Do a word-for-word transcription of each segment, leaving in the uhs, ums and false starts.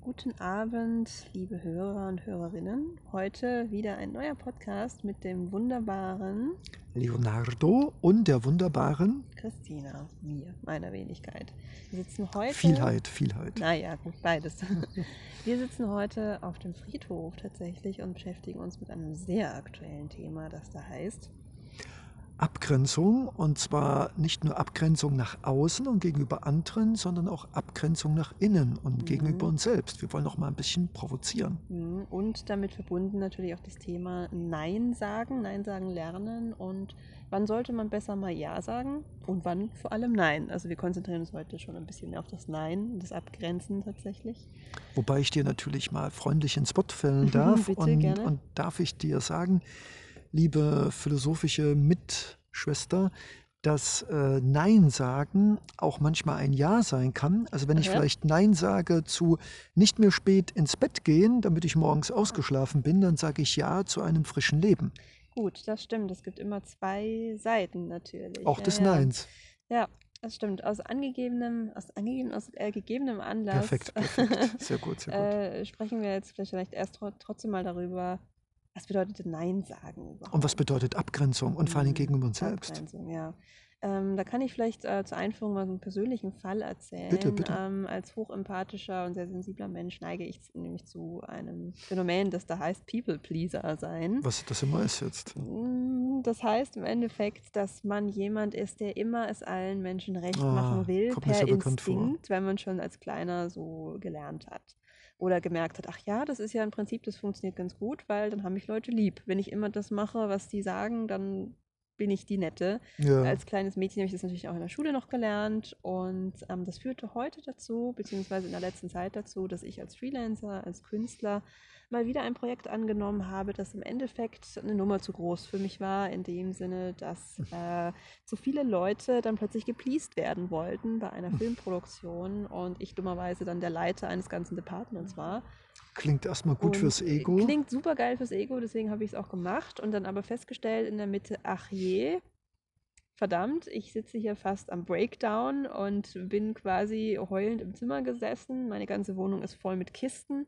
guten Abend, liebe Hörer und Hörerinnen. Heute wieder ein neuer Podcast mit dem wunderbaren Leonardo und der wunderbaren Christina, mir, meiner Wenigkeit. Wir sitzen heute... Vielheit, Vielheit. Naja, gut, beides. Wir sitzen heute auf dem Friedhof tatsächlich und beschäftigen uns mit einem sehr aktuellen Thema, das da heißt... Abgrenzung, und zwar nicht nur Abgrenzung nach außen und gegenüber anderen, sondern auch Abgrenzung nach innen und Mhm. gegenüber uns selbst. Wir wollen noch mal ein bisschen provozieren. Mhm. Und damit verbunden natürlich auch das Thema Nein sagen, Nein sagen lernen und wann sollte man besser mal Ja sagen und wann vor allem Nein. Also wir konzentrieren uns heute schon ein bisschen mehr auf das Nein, das Abgrenzen tatsächlich. Wobei ich dir natürlich mal freundlich ins Wort fällen darf. Bitte, und, gerne. und darf ich dir sagen, liebe philosophische Mitschwester, dass äh, Nein sagen auch manchmal ein Ja sein kann. Also wenn ich Aha. vielleicht Nein sage zu nicht mehr spät ins Bett gehen, damit ich morgens ausgeschlafen bin, dann sage ich Ja zu einem frischen Leben. Gut, das stimmt. Es gibt immer zwei Seiten natürlich. Auch Ja, des ja. Neins. Ja, das stimmt. Aus angegebenem, aus angegebenem, aus äh, gegebenem Anlass Perfekt, perfekt. Sehr gut, sehr gut. äh, sprechen wir jetzt vielleicht erst tro- trotzdem mal darüber, was bedeutet Nein sagen überhaupt? Und was bedeutet Abgrenzung und vor allem Mhm. gegenüber uns selbst? Abgrenzung, ja. Ähm, da kann ich vielleicht äh, zur Einführung mal so einen persönlichen Fall erzählen. Bitte, bitte. Ähm, als hochempathischer und sehr sensibler Mensch neige ich z- nämlich zu einem Phänomen, das da heißt People-Pleaser sein. Was das immer ist jetzt. Mm, Das heißt im Endeffekt, dass man jemand ist, der immer es allen Menschen recht Ah, machen will, kommt mir per sehr bekannt vor. Instinkt, wenn man schon als Kleiner so gelernt hat. Oder gemerkt hat, ach ja, das ist ja ein Prinzip, das funktioniert ganz gut, weil dann haben mich Leute lieb. Wenn ich immer das mache, was die sagen, dann bin ich die Nette. Ja. Als kleines Mädchen habe ich das natürlich auch in der Schule noch gelernt und ähm, das führte heute dazu, beziehungsweise in der letzten Zeit dazu, dass ich als Freelancer, als Künstler mal wieder ein Projekt angenommen habe, das im Endeffekt eine Nummer zu groß für mich war, in dem Sinne, dass äh, zu viele Leute dann plötzlich gepleased werden wollten bei einer Filmproduktion und ich dummerweise dann der Leiter eines ganzen Departments war. Klingt erstmal gut Und fürs Ego. Klingt super geil fürs Ego, deswegen habe ich es auch gemacht und dann aber festgestellt in der Mitte, ach je, verdammt, ich sitze hier fast am Breakdown und bin quasi heulend im Zimmer gesessen. Meine ganze Wohnung ist voll mit Kisten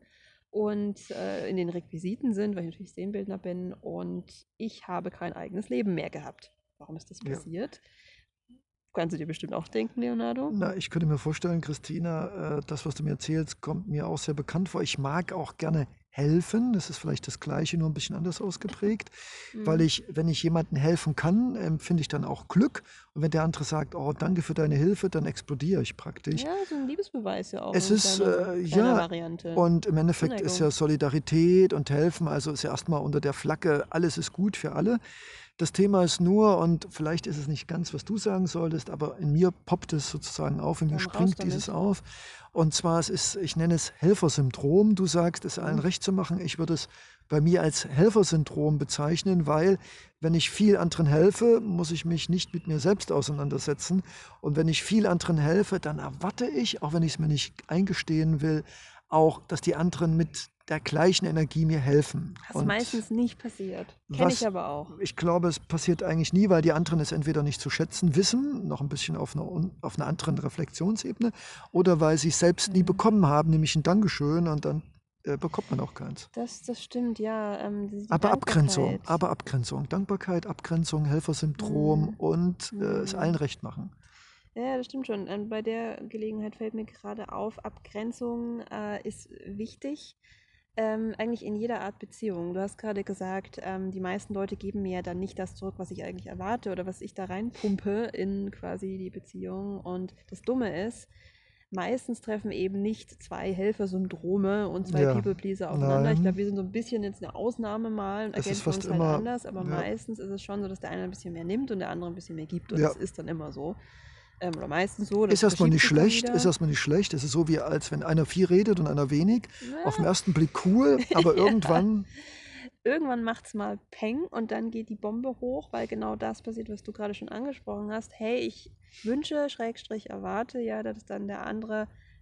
und äh, in den Requisiten sind, weil ich natürlich Szenenbildner bin und ich habe kein eigenes Leben mehr gehabt. Warum ist das Ja. passiert? Kannst du dir bestimmt auch denken, Leonardo? Na, ich könnte mir vorstellen, Christina, äh, das, was du mir erzählst, kommt mir auch sehr bekannt vor. Ich mag auch gerne helfen. Das ist vielleicht das Gleiche, nur ein bisschen anders ausgeprägt. Weil Mhm. ich, wenn ich jemandem helfen kann, empfinde ich dann auch Glück. Und wenn der andere sagt, oh, danke für deine Hilfe, dann explodiere ich praktisch. Ja, so ein Liebesbeweis ja auch Es in ist, kleiner, äh, kleiner ja, Variante. und im Endeffekt ist Zuneigung. ja Solidarität und Helfen, also ist ja erstmal unter der Flagge, alles ist gut für alle. Das Thema ist nur, und vielleicht ist es nicht ganz, was du sagen solltest, aber in mir poppt es sozusagen auf, in mir Dann raus springt dieses damit. auf. Und zwar, es ist, ich nenne es Helfersyndrom. Du sagst, es allen Mhm. recht zu machen. Ich würde es bei mir als Helfersyndrom bezeichnen, weil wenn ich viel anderen helfe, muss ich mich nicht mit mir selbst auseinandersetzen. Und wenn ich viel anderen helfe, dann erwarte ich, auch wenn ich es mir nicht eingestehen will, auch, dass die anderen mit der gleichen Energie mir helfen. Was Und meistens nicht passiert. Kenne ich was aber auch. ich glaube, es passiert eigentlich nie, weil die anderen es entweder nicht zu schätzen wissen, noch ein bisschen auf einer, un- auf einer anderen Reflexionsebene, oder weil sie es selbst nie Mhm. bekommen haben, nämlich ein Dankeschön, und dann äh, bekommt man auch keins. Das, das stimmt, ja. Ähm, die, die Aber Abgrenzung, Dankbarkeit. aber Abgrenzung, Dankbarkeit, Abgrenzung, Helfersyndrom Mhm. und äh, es allen Mhm. recht machen. Ja, das stimmt schon. Ähm, bei der Gelegenheit fällt mir gerade auf, Abgrenzung äh, ist wichtig. Ähm, eigentlich in jeder Art Beziehung. Du hast gerade gesagt, ähm, die meisten Leute geben mir ja dann nicht das zurück, was ich eigentlich erwarte oder was ich da reinpumpe in quasi die Beziehung. Und das Dumme ist, meistens treffen eben nicht zwei Helfersyndrome und zwei Ja, People-Pleaser aufeinander. Ich glaube, nein, wir sind so ein bisschen jetzt eine Ausnahme mal und es ist ergänzen fast uns halt immer, anders, aber ja, meistens ist es schon so, dass der eine ein bisschen mehr nimmt und der andere ein bisschen mehr gibt und ja, das ist dann immer so. Ähm, oder meistens so, das ist erstmal verschiebt nicht sich dann schlecht, ist wieder. erstmal nicht schlecht. Es ist so, wie als wenn einer viel redet und einer wenig. Auf den Na, ersten Blick cool, aber ja. irgendwann, Irgendwann macht es mal Peng und dann geht die Bombe hoch, weil genau das passiert, was du gerade schon angesprochen hast. Hey, ich wünsche, Schrägstrich erwarte ja, dass dann der andere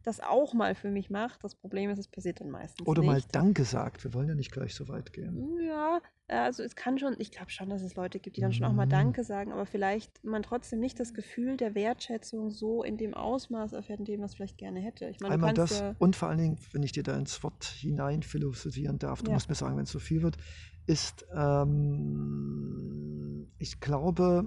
das auch mal für mich macht. Das Problem ist, es passiert dann meistens Oder mal nicht. Danke sagt. Wir wollen ja nicht gleich so weit gehen. Ja, äh, also es kann schon, ich glaube schon, dass es Leute gibt, die dann schon auch mal Mhm. Danke sagen, aber vielleicht man trotzdem nicht das Gefühl der Wertschätzung so in dem Ausmaß erfährt, in dem man es vielleicht gerne hätte. Ich meine, du Einmal kannst das ja, und vor allen Dingen, wenn ich dir da ins Wort hinein philosophieren darf, du ja, musst mir sagen, wenn es so viel wird, ist, ähm, ich glaube,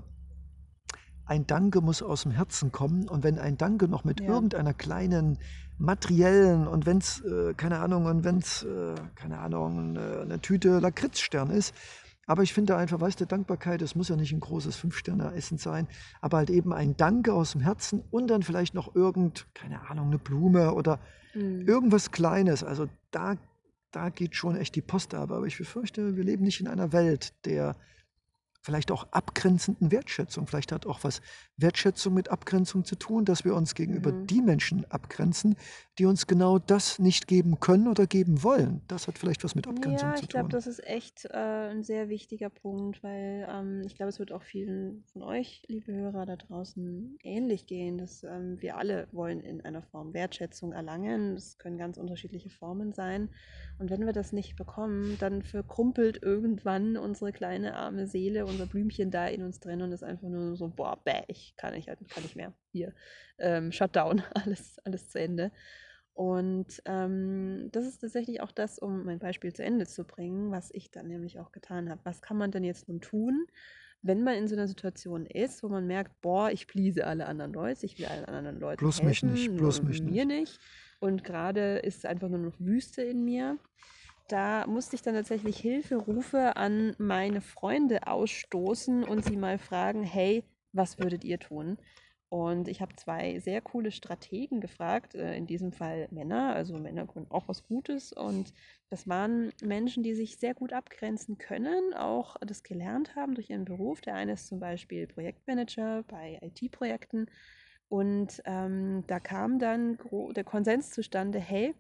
ein Danke muss aus dem Herzen kommen und wenn ein Danke noch mit ja, irgendeiner kleinen materiellen und wenn es, äh, keine Ahnung, und wenn es, äh, keine Ahnung, eine, eine Tüte Lakritzstern ist, aber ich finde einfach, weißt du, Dankbarkeit, es muss ja nicht ein großes Fünf-Sterne-Essen sein, aber halt eben ein Danke aus dem Herzen und dann vielleicht noch irgend, keine Ahnung, eine Blume oder mm, irgendwas Kleines. Also da, da geht schon echt die Post ab. Aber ich befürchte, wir leben nicht in einer Welt der vielleicht auch abgrenzenden Wertschätzung. Vielleicht hat auch was Wertschätzung mit Abgrenzung zu tun, dass wir uns gegenüber mhm. die Menschen abgrenzen, die uns genau das nicht geben können oder geben wollen. Das hat vielleicht was mit Abgrenzung Ja, zu ich glaube, tun. das ist echt äh, ein sehr wichtiger Punkt, weil ähm, ich glaube, es wird auch vielen von euch, liebe Hörer da draußen, ähnlich gehen, dass ähm, wir alle wollen in einer Form Wertschätzung erlangen. Das können ganz unterschiedliche Formen sein. Und wenn wir das nicht bekommen, dann verkrumpelt irgendwann unsere kleine arme Seele, unser Blümchen da in uns drin und ist einfach nur so, boah, bäh, ich kann nicht, kann nicht mehr. Hier, ähm, Shutdown, alles, alles zu Ende. Und ähm, das ist tatsächlich auch das, um mein Beispiel zu Ende zu bringen, was ich dann nämlich auch getan habe. Was kann man denn jetzt nun tun, wenn man in so einer Situation ist, wo man merkt, boah, ich please alle anderen Leute, ich will allen anderen Leuten Bloß mich nicht, helfen, bloß nur mich mir nicht. nicht. Und gerade ist einfach nur noch Wüste in mir. Da musste ich dann tatsächlich Hilferufe an meine Freunde ausstoßen und sie mal fragen, hey, was würdet ihr tun? Und ich habe zwei sehr coole Strategen gefragt, äh, in diesem Fall Männer, also Männer können auch was Gutes. Und das waren Menschen, die sich sehr gut abgrenzen können, auch das gelernt haben durch ihren Beruf. Der eine ist zum Beispiel Projektmanager bei I T-Projekten. Und ähm, da kam dann der Konsens zustande, hey,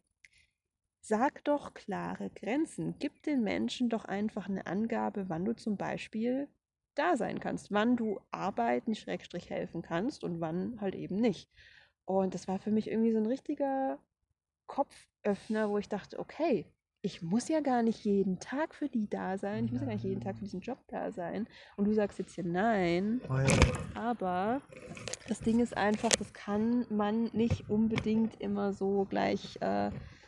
sag doch klare Grenzen. Gib den Menschen doch einfach eine Angabe, wann du zum Beispiel da sein kannst, wann du arbeiten, Schrägstrich helfen kannst und wann halt eben nicht. Und das war für mich irgendwie so ein richtiger Kopföffner, wo ich dachte, okay, ich muss ja gar nicht jeden Tag für die da sein, ich muss ja gar nicht jeden Tag für diesen Job da sein. Und du sagst jetzt hier nein, Oh ja. aber das Ding ist einfach, das kann man nicht unbedingt immer so gleich äh,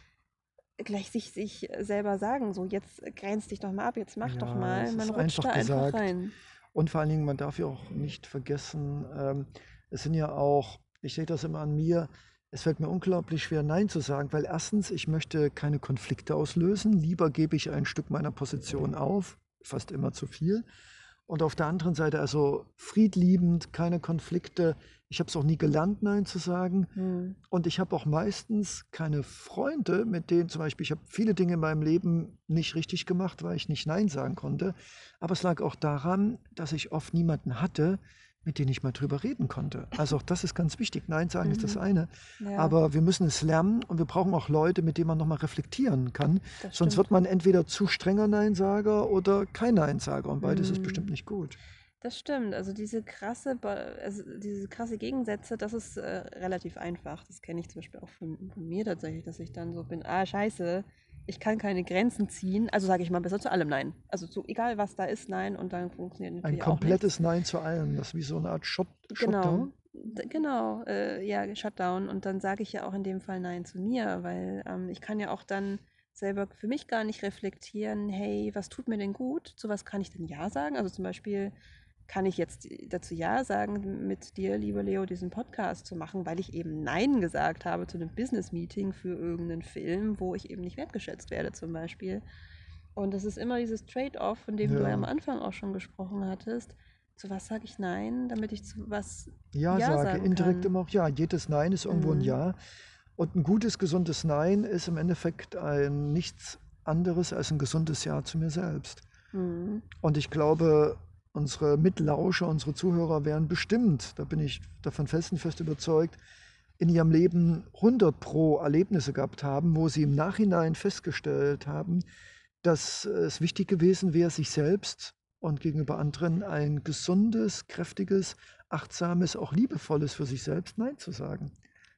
gleich sich, sich selber sagen, so jetzt grenz dich doch mal ab, jetzt mach doch Ja, mal. es Man ist rutscht einfach da einfach gesagt. rein. Und vor allen Dingen, man darf ja auch nicht vergessen, ähm, es sind ja auch, ich sehe das immer an mir, es fällt mir unglaublich schwer, Nein zu sagen, weil erstens, ich möchte keine Konflikte auslösen. Lieber gebe ich ein Stück meiner Position auf, fast immer zu viel. Und auf der anderen Seite also friedliebend, keine Konflikte. Ich habe es auch nie gelernt, Nein zu sagen. Hm. Und ich habe auch meistens keine Freunde, mit denen zum Beispiel, ich habe viele Dinge in meinem Leben nicht richtig gemacht, weil ich nicht Nein sagen konnte. Aber es lag auch daran, dass ich oft niemanden hatte, mit dem ich mal drüber reden konnte. Also auch das ist ganz wichtig. Nein sagen ist das Mhm. eine. Ja, Aber wir müssen es lernen und wir brauchen auch Leute, mit denen man nochmal reflektieren kann. das Sonst wird stimmt. man entweder zu strenger Neinsager oder kein Neinsager. Und beides ist Hm. bestimmt nicht gut. Das stimmt. Also diese krasse, Ba- also diese krasse Gegensätze, das ist äh, relativ einfach. Das kenne ich zum Beispiel auch von, von mir tatsächlich, dass ich dann so bin, ah, scheiße, ich kann keine Grenzen ziehen. Also sage ich mal besser zu allem Nein. Also zu egal was da ist, Nein und dann funktioniert Ein natürlich auch nichts. komplettes Nein zu allem. Das ist wie so eine Art Shut Genau, Shutdown. d- genau, äh, ja, Shutdown. Und dann sage ich ja auch in dem Fall Nein zu mir, weil ähm, ich kann ja auch dann selber für mich gar nicht reflektieren, hey, was tut mir denn gut? Zu was kann ich denn Ja sagen? Also zum Beispiel kann ich jetzt dazu Ja sagen, mit dir, lieber Leo, diesen Podcast zu machen, weil ich eben Nein gesagt habe zu einem Business-Meeting für irgendeinen Film, wo ich eben nicht wertgeschätzt werde, zum Beispiel. Und das ist immer dieses Trade-off, von dem du ja am Ja. Anfang auch schon gesprochen hattest. Zu was sage ich Nein, damit ich zu was Ja Ja sage, sagen indirekt kann? immer auch Ja. Jedes Nein ist irgendwo ein Mhm. Ja. Und ein gutes, gesundes Nein ist im Endeffekt ein nichts anderes als ein gesundes Ja zu mir selbst. Mhm. Und ich glaube, unsere Mitlauscher, unsere Zuhörer werden bestimmt, da bin ich davon felsenfest überzeugt, in ihrem Leben hundert pro Erlebnisse gehabt haben, wo sie im Nachhinein festgestellt haben, dass es wichtig gewesen wäre, sich selbst und gegenüber anderen ein gesundes, kräftiges, achtsames, auch liebevolles für sich selbst Nein zu sagen.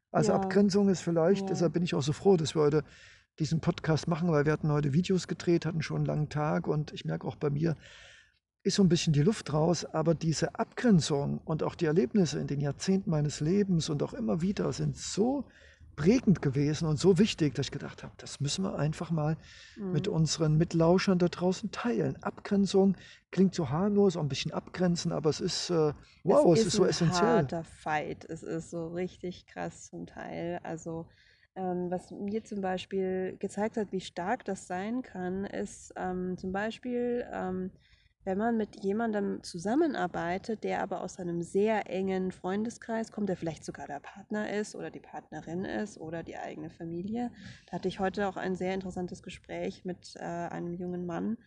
Also Ja, Abgrenzung ist vielleicht, ja. deshalb bin ich auch so froh, dass wir heute diesen Podcast machen, weil wir hatten heute Videos gedreht, hatten schon einen langen Tag und ich merke auch bei mir, ist so ein bisschen die Luft raus, aber diese Abgrenzung und auch die Erlebnisse in den Jahrzehnten meines Lebens und auch immer wieder sind so prägend gewesen und so wichtig, dass ich gedacht habe, das müssen wir einfach mal mit Mhm. unseren Mitlauschern da draußen teilen. Abgrenzung klingt so harmlos, auch ein bisschen abgrenzen, aber es ist, äh, Es wow, es ist ist so ein essentiell. harter Fight. Es ist so richtig krass zum Teil. Also, ähm, was mir zum Beispiel gezeigt hat, wie stark das sein kann, ist ähm, zum Beispiel, ähm, wenn man mit jemandem zusammenarbeitet, der aber aus einem sehr engen Freundeskreis kommt, der vielleicht sogar der Partner ist oder die Partnerin ist oder die eigene Familie. Da hatte ich heute auch ein sehr interessantes Gespräch mit äh, einem jungen Mann,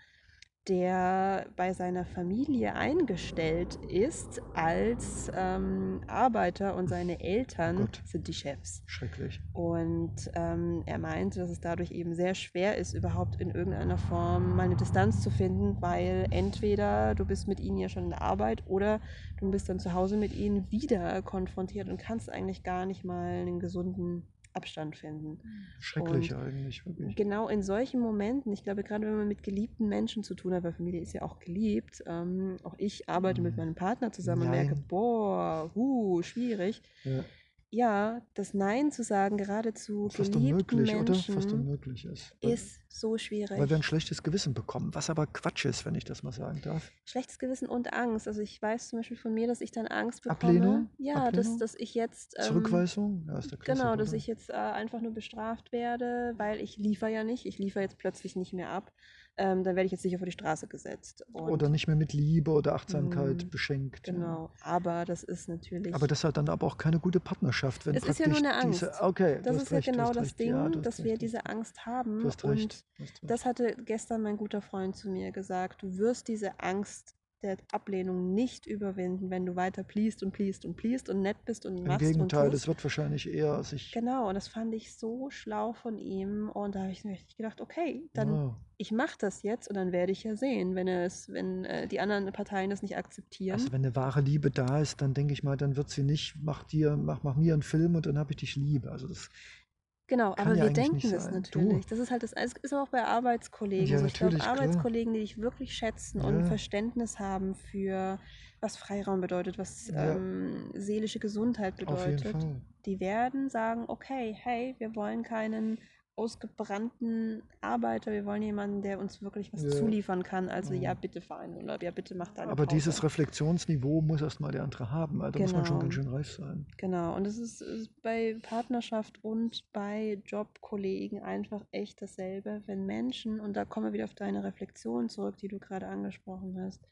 der bei seiner Familie eingestellt ist als ähm, Arbeiter und seine Oh Eltern Gott, sind die Chefs. schrecklich. Und ähm, er meinte, dass es dadurch eben sehr schwer ist, überhaupt in irgendeiner Form mal eine Distanz zu finden, weil entweder du bist mit ihnen ja schon in der Arbeit oder du bist dann zu Hause mit ihnen wieder konfrontiert und kannst eigentlich gar nicht mal einen gesunden Abstand finden. Schrecklich Und eigentlich, wirklich. genau in solchen Momenten, ich glaube, gerade wenn man mit geliebten Menschen zu tun hat, weil Familie ist ja auch geliebt, ähm, auch ich arbeite mit Hm. meinem Partner zusammen und merke, Nein. boah, huh, schwierig. Ja. Ja, das Nein zu sagen, gerade zu Fast geliebten unmöglich, oder? Fast Menschen, unmöglich ist. Weil, ist so weil wir ein schwierig. schlechtes Gewissen bekommen, was aber Quatsch ist, wenn ich das mal sagen darf. Schlechtes Gewissen und Angst. Also ich weiß zum Beispiel von mir, dass ich dann Angst bekomme, Ablehnung? ja, dass, Ablehnung? dass ich jetzt ähm, Zurückweisung? Ja, ist der genau, Klassiker, dass oder? ich jetzt äh, einfach nur bestraft werde, weil ich liefere ja nicht. Ich liefere jetzt plötzlich nicht mehr ab. Ähm, dann werde ich jetzt sicher vor die Straße gesetzt. Oder Und nicht mehr mit Liebe oder Achtsamkeit hm, beschenkt. Ja. genau, aber das ist Aber natürlich, das hat dann aber auch keine gute Partnerschaft, wenn es ist ja nur praktisch eine diese. Angst. Okay, du Das ist hast ja recht, du genau hast das recht. Ja, Ding, du hast dass wir recht, du hast diese recht. Angst Du haben. hast recht. Und Du hast das recht. hatte gestern mein guter Freund zu mir gesagt. Du wirst diese Angst der Ablehnung nicht überwinden, wenn du weiter pleast und pleast und pleast und nett bist und Im machst und Gegenteil, es tust. wird wahrscheinlich eher sich. Genau, und das fand ich so schlau von ihm. Und da habe ich mir richtig gedacht, okay, dann Ja. ich mache das jetzt und dann werde ich ja sehen, wenn es, wenn äh, die anderen Parteien das nicht Also akzeptieren. wenn eine wahre Liebe da ist, dann denke ich mal, dann wird sie nicht, mach dir, mach, mach mir einen Film und dann habe ich dich lieb. Also das Genau, kann aber ja wir eigentlich nicht denken das sein. Du, natürlich. Das ist halt das, es ist auch bei Arbeitskollegen ja so. Ich glaube, natürlich, klar. Arbeitskollegen, die dich wirklich schätzen und Ja, Verständnis haben für, was Freiraum bedeutet, was ja, ähm, seelische Gesundheit auf jeden bedeutet, Fall. die werden sagen, okay, hey, wir wollen keinen ausgebrannten Arbeiter, wir wollen jemanden, der uns wirklich was Ja. zuliefern kann. Also ja, Ja. bitte fahr in Urlaub, ja, bitte mach deine Aber Pause. dieses Reflexionsniveau muss erstmal der andere haben. Also da muss man schon ganz Genau. schön reif sein. Genau, und es ist, ist bei Partnerschaft und bei Jobkollegen einfach echt dasselbe. Wenn Menschen, und da kommen wir wieder auf deine Reflexion zurück, die du gerade angesprochen hast,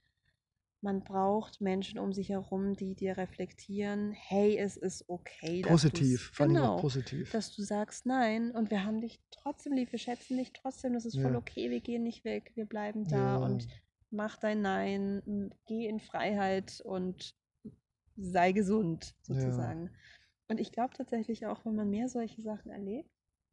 man braucht Menschen um sich herum, die dir reflektieren, hey, es ist okay, dass du es, Positiv, vor allen Dingen auch genau, positiv. dass du sagst nein und wir haben dich trotzdem lieb, wir schätzen dich trotzdem, das ist voll Ja, okay, wir gehen nicht weg, wir bleiben da ja, und mach dein Nein, m- geh in Freiheit und sei gesund, ja, sozusagen. Und ich glaube tatsächlich auch, wenn man mehr solche Sachen erlebt,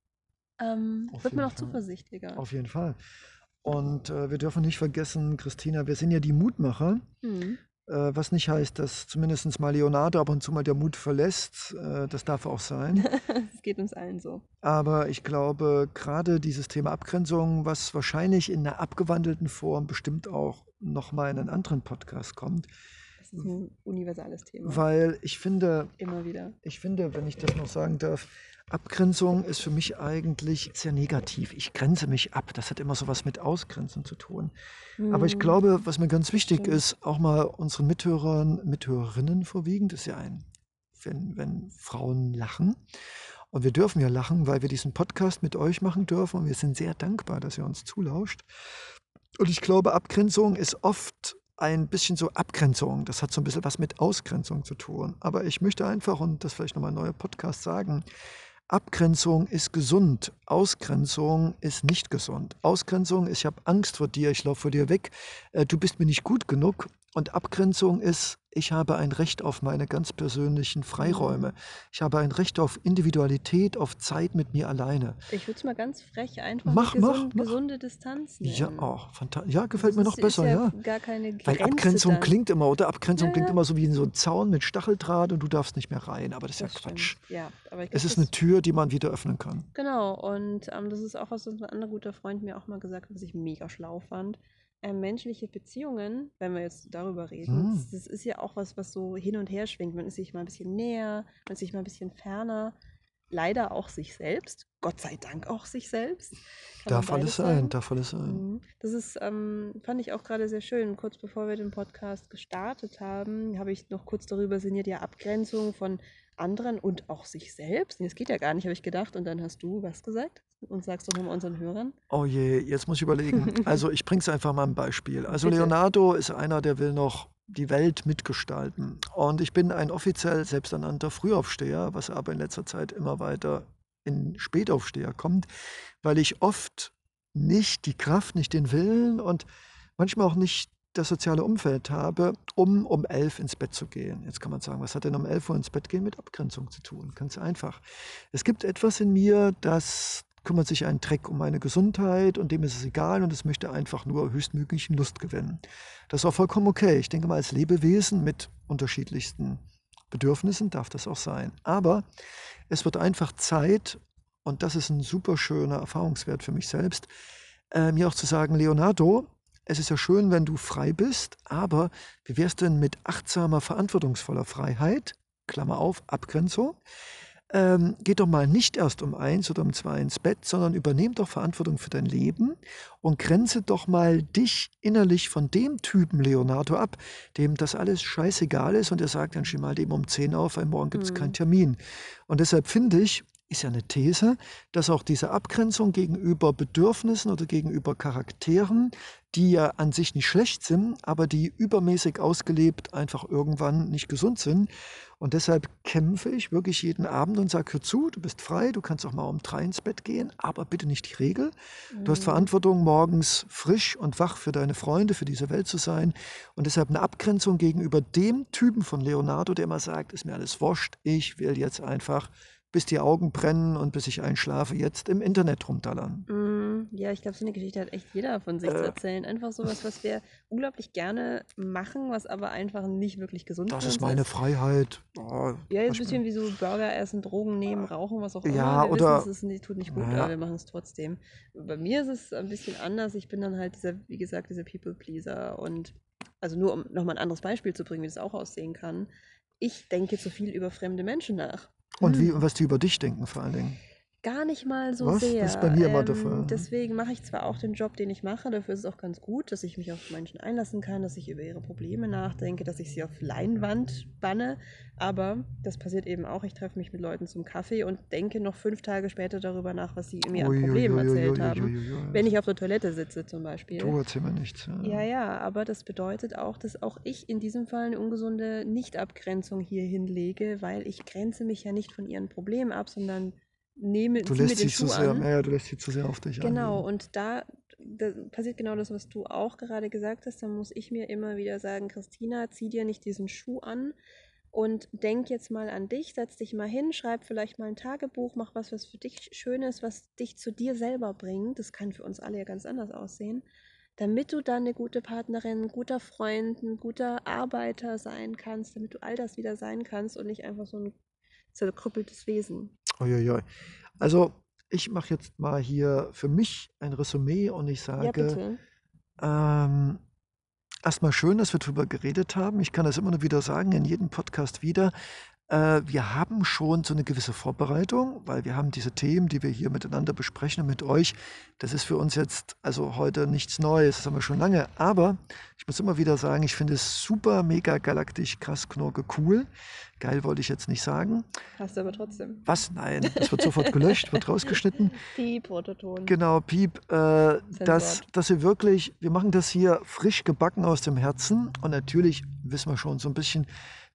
ähm, auf wird man jeden auch Fall. zuversichtlicher. Auf jeden Fall. Und äh, wir dürfen nicht vergessen, Christina, wir sind ja die Mutmacher. Hm. Äh, was nicht heißt, dass zumindest mal Leonardo ab und zu mal der Mut verlässt. Äh, das darf auch sein. Es geht uns allen so. Aber ich glaube, gerade dieses Thema Abgrenzung, was wahrscheinlich in einer abgewandelten Form bestimmt auch nochmal in einen anderen Podcast kommt, Das ist ein universales Thema. weil ich finde, Immer wieder. ich finde, wenn ich das noch sagen darf, Abgrenzung ist für mich eigentlich sehr negativ. Ich grenze mich ab. Das hat immer so was mit Ausgrenzen zu tun. Aber ich Hm, glaube, was mir ganz das wichtig stimmt. ist, auch mal unseren Mithörern, Mithörerinnen vorwiegend, ist ja ein, wenn, wenn Frauen lachen. Und wir dürfen ja lachen, weil wir diesen Podcast mit euch machen dürfen. Und wir sind sehr dankbar, dass ihr uns zulauscht. Und ich glaube, Abgrenzung ist oft ein bisschen so Abgrenzung. Das hat so ein bisschen was mit Ausgrenzung zu tun. Aber ich möchte einfach, und das vielleicht nochmal ein neuer Podcast sagen, Abgrenzung ist gesund, Ausgrenzung ist nicht gesund. Ausgrenzung ist, ich habe Angst vor dir, ich laufe vor dir weg, äh, du bist mir nicht gut genug. Und Abgrenzung ist, ich habe ein Recht auf meine ganz persönlichen Freiräume. Mhm. Ich habe ein Recht auf Individualität, auf Zeit mit mir alleine. Ich würde es mal ganz frech einfach eine Mach, mach, gesund, mach. gesunde Distanz Ja, nennen. auch. Fanta ja, Also gefällt es mir ist, noch ist besser, ja ja. gar keine Weil Grenze Abgrenzung dann. klingt immer, oder? Abgrenzung Ja, klingt ja, immer so wie so ein Zaun mit Stacheldraht und du darfst nicht mehr rein. Aber das ist ja das Quatsch. stimmt. Ja, aber ich Es glaube, ist eine das Tür, die man wieder öffnen kann. genau. Und ähm, das ist auch, was ein anderer guter Freund mir auch mal gesagt hat, was ich mega schlau fand. Ähm, menschliche Beziehungen, wenn wir jetzt darüber reden, Hm. das, das ist ja auch was, was so hin und her schwingt. Man ist sich mal ein bisschen näher, man ist sich mal ein bisschen ferner. Leider auch sich selbst. Gott sei Dank auch sich selbst. Kann man Darf alles beides sein, sagen. darf alles sein. Mhm. Das ist, ähm, fand ich auch gerade sehr schön. Kurz bevor wir den Podcast gestartet haben, habe ich noch kurz darüber sinniert, ja, Abgrenzung von anderen und auch sich selbst. Nee, das geht ja gar nicht, habe ich gedacht. Und dann hast du was gesagt und sagst doch nochmal unseren Hörern. Oh je, jetzt muss ich überlegen. Also ich bringe es einfach mal ein Beispiel. Also Bitte. Leonardo ist einer, der will noch die Welt mitgestalten. Und ich bin ein offiziell selbsternannter Frühaufsteher, was aber in letzter Zeit immer weiter in Spätaufsteher kommt, weil ich oft nicht die Kraft, nicht den Willen und manchmal auch nicht das soziale Umfeld habe, um um elf ins Bett zu gehen. Jetzt kann man sagen, was hat denn um elf Uhr ins Bett gehen mit Abgrenzung zu tun? Ganz einfach. Es gibt etwas in mir, das kümmert sich einen Dreck um meine Gesundheit und dem ist es egal und es möchte einfach nur höchstmöglichen Lustgewinn. Das ist auch vollkommen okay. Ich denke mal, als Lebewesen mit unterschiedlichsten Bedürfnissen darf das auch sein. Aber es wird einfach Zeit, und das ist ein super schöner Erfahrungswert für mich selbst, äh, mir auch zu sagen, Leonardo, es ist ja schön, wenn du frei bist, aber wie wär's denn mit achtsamer, verantwortungsvoller Freiheit, Klammer auf, Abgrenzung, ähm, geh doch mal nicht erst um eins oder um zwei ins Bett, sondern übernehm doch Verantwortung für dein Leben und grenze doch mal dich innerlich von dem Typen Leonardo ab, dem das alles scheißegal ist und der sagt, dann steh mal eben um zehn auf, weil morgen gibt es keinen Mhm. Termin. Und deshalb finde ich, ist ja eine These, dass auch diese Abgrenzung gegenüber Bedürfnissen oder gegenüber Charakteren, die ja an sich nicht schlecht sind, aber die übermäßig ausgelebt einfach irgendwann nicht gesund sind. Und deshalb kämpfe ich wirklich jeden Abend und sage, hör zu, du bist frei, du kannst auch mal um drei ins Bett gehen, aber bitte nicht die Regel. Du hast Mhm. Verantwortung, morgens frisch und wach für deine Freunde, für diese Welt zu sein. Und deshalb eine Abgrenzung gegenüber dem Typen von Leonardo, der immer sagt, ist mir alles wurscht, ich will jetzt einfach, bis die Augen brennen und bis ich einschlafe, jetzt im Internet rumdallern. Mm, Ja, ich glaube, so eine Geschichte hat echt jeder von sich zu Äh, erzählen. Einfach sowas, was wir unglaublich gerne machen, was aber einfach nicht wirklich gesund das für ist uns meine ist. Freiheit. Oh, Ja, jetzt ein manchmal. bisschen wie so Burger essen, Drogen nehmen, rauchen, was auch immer. Ja, Wir wissen, es oder, ist nicht, tut nicht gut, aber naja, wir machen es trotzdem. Bei mir ist es ein bisschen anders. Ich bin dann halt dieser, wie gesagt, dieser People-Pleaser. Und also nur um nochmal ein anderes Beispiel zu bringen, wie das auch aussehen kann. Ich denke zu viel über fremde Menschen nach. und wie, Hm. was die über dich denken vor allen Dingen. Gar nicht mal so Was? Das ist bei sehr. mir immer der Ähm, Fall. deswegen mache ich zwar auch den Job, den ich mache, dafür ist es auch ganz gut, dass ich mich auf Menschen einlassen kann, dass ich über ihre Probleme nachdenke, dass ich sie auf Leinwand banne, aber das passiert eben auch. Ich treffe mich mit Leuten zum Kaffee und denke noch fünf Tage später darüber nach, was sie mir an Problemen erzählt haben, wenn Uiuiuiuiui. ich auf der Toilette sitze zum Beispiel. Du erzähl mir nichts. Ja, Ja. ja, aber das bedeutet auch, dass auch ich in diesem Fall eine ungesunde Nichtabgrenzung hier hinlege, weil ich grenze mich ja nicht von ihren Problemen ab, sondern nehme, Du ziehe mir lässt den sie zu Schuh sehr, an. ja, du lässt sie zu sehr auf dich Genau, eingehen. und da, da passiert genau das, was du auch gerade gesagt hast. Da muss ich mir immer wieder sagen, Christina, zieh dir nicht diesen Schuh an und denk jetzt mal an dich, setz dich mal hin, schreib vielleicht mal ein Tagebuch, mach was, was für dich schön ist, was dich zu dir selber bringt. Das kann für uns alle ja ganz anders aussehen. Damit du dann eine gute Partnerin, ein guter Freund, ein guter Arbeiter sein kannst, damit du all das wieder sein kannst und nicht einfach so ein zerkrüppeltes Wesen. Uiuiui. Also, ich mache jetzt mal hier für mich ein Resümee und ich Ja, sage, bitte. ähm, erstmal schön, dass wir darüber geredet haben. Ich kann das immer nur wieder sagen, in jedem Podcast wieder. Äh, wir haben schon so eine gewisse Vorbereitung, weil wir haben diese Themen, die wir hier miteinander besprechen und mit euch. Das ist für uns jetzt also heute nichts Neues, das haben wir schon lange. Aber ich muss immer wieder sagen, ich finde es super, mega galaktisch, krass, knorke, cool. Geil wollte ich jetzt nicht sagen. Hast du aber trotzdem. Was? Nein, das wird sofort gelöscht, wird rausgeschnitten. Piep, Prototon. Genau, Piep, äh, dass, Zensored. dass wir wirklich, wir machen das hier frisch gebacken aus dem Herzen und natürlich wissen wir schon so ein bisschen,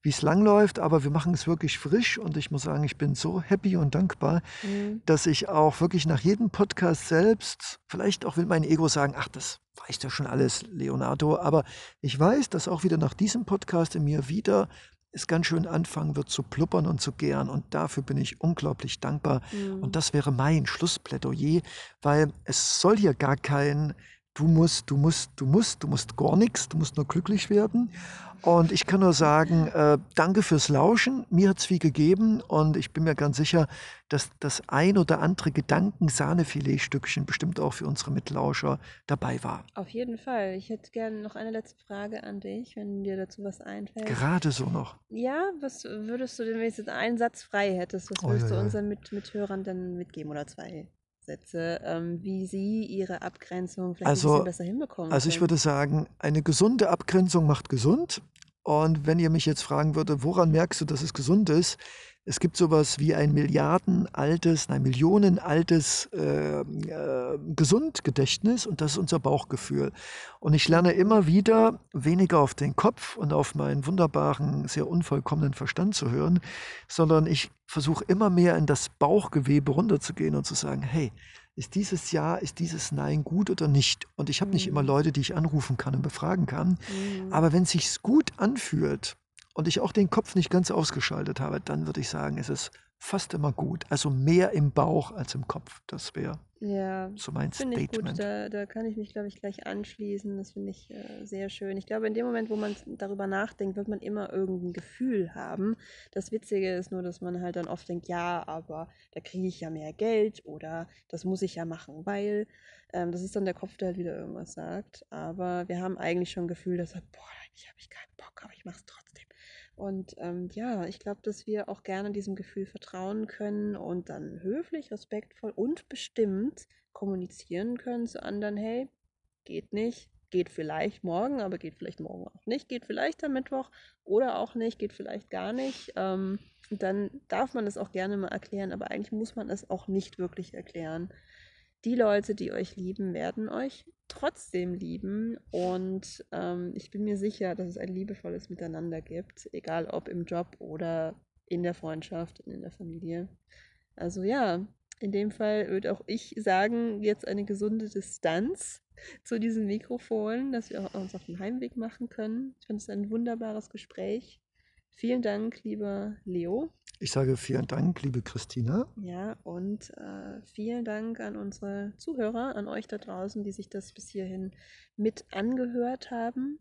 wie es langläuft, aber wir machen es wirklich frisch und ich muss sagen, ich bin so happy und dankbar, Mhm. dass ich auch wirklich nach jedem Podcast selbst, vielleicht auch will mein Ego sagen, ach, das weißt ja schon alles, Leonardo, aber ich weiß, dass auch wieder nach diesem Podcast in mir wieder es ganz schön anfangen wird zu pluppern und zu gären und dafür bin ich unglaublich dankbar und Mhm. das wäre mein Schlussplädoyer, weil es soll hier gar kein du musst, du musst, du musst, du musst gar nichts, du musst nur glücklich werden und ich kann nur sagen, äh, danke fürs Lauschen, mir hat es viel gegeben und ich bin mir ganz sicher, dass das ein oder andere Gedanken-Sahnefiletstückchen bestimmt auch für unsere Mitlauscher dabei war. Auf jeden Fall. Ich hätte gerne noch eine letzte Frage an dich, wenn dir dazu was einfällt. Gerade so noch. Ja, was würdest du denn, wenn du jetzt einen Satz frei hättest, was würdest du Uiuiui. unseren Mit Mithörern dann mitgeben oder zwei Sätze, ähm, wie sie ihre Abgrenzung vielleicht ein bisschen Also, besser hinbekommen also ich können? würde sagen, eine gesunde Abgrenzung macht gesund. Und wenn ihr mich jetzt fragen würdet, woran merkst du, dass es gesund ist? Es gibt sowas wie ein milliardenaltes, nein, millionenaltes äh, äh, Gesundgedächtnis und das ist unser Bauchgefühl. Und ich lerne Mhm. immer wieder, weniger auf den Kopf und auf meinen wunderbaren, sehr unvollkommenen Verstand zu hören, sondern ich versuche immer mehr in das Bauchgewebe runterzugehen und zu sagen, hey, ist dieses Ja, ist dieses Nein gut oder nicht? Und ich habe nicht immer Mhm. Leute, die ich anrufen kann und befragen kann. Mhm. Aber wenn es sich gut anfühlt und ich auch den Kopf nicht ganz ausgeschaltet habe, dann würde ich sagen, ist es fast immer gut. Also mehr im Bauch als im Kopf. Das wäre Ja, so mein finde ich gut. Statement. Da, da kann ich mich, glaube ich, gleich anschließen. Das finde ich äh, sehr schön. Ich glaube, in dem Moment, wo man darüber nachdenkt, wird man immer irgendein Gefühl haben. Das Witzige ist nur, dass man halt dann oft denkt, ja, aber da kriege ich ja mehr Geld oder das muss ich ja machen, weil ähm, das ist dann der Kopf, der halt wieder irgendwas sagt. Aber wir haben eigentlich schon ein Gefühl, dass sagt, boah, eigentlich habe ich keinen Bock, aber ich mache es trotzdem. Und ähm, ja, ich glaube, dass wir auch gerne diesem Gefühl vertrauen können und dann höflich, respektvoll und bestimmt kommunizieren können zu anderen, hey, geht nicht, geht vielleicht morgen, aber geht vielleicht morgen auch nicht, geht vielleicht am Mittwoch oder auch nicht, geht vielleicht gar nicht. Ähm, und dann darf man es auch gerne mal erklären, aber eigentlich muss man es auch nicht wirklich erklären. Die Leute, die euch lieben, werden euch trotzdem lieben und ähm, ich bin mir sicher, dass es ein liebevolles Miteinander gibt, egal ob im Job oder in der Freundschaft und in der Familie. Also ja, in dem Fall würde auch ich sagen, jetzt eine gesunde Distanz zu diesem Mikrofon, dass wir uns auf den Heimweg machen können. Ich finde es ein wunderbares Gespräch. Vielen Dank, lieber Leo. Ich sage vielen Dank, liebe Christina. Ja, und äh, vielen Dank an unsere Zuhörer, an euch da draußen, die sich das bis hierhin mit angehört haben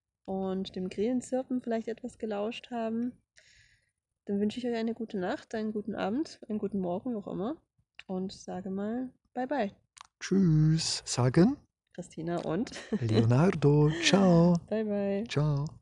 und dem Grillenzirpen vielleicht etwas gelauscht haben. Dann wünsche ich euch eine gute Nacht, einen guten Abend, einen guten Morgen, wo auch immer. Und sage mal bye bye, Tschüss. Sagen Christina und Leonardo. Ciao. bye bye. Ciao.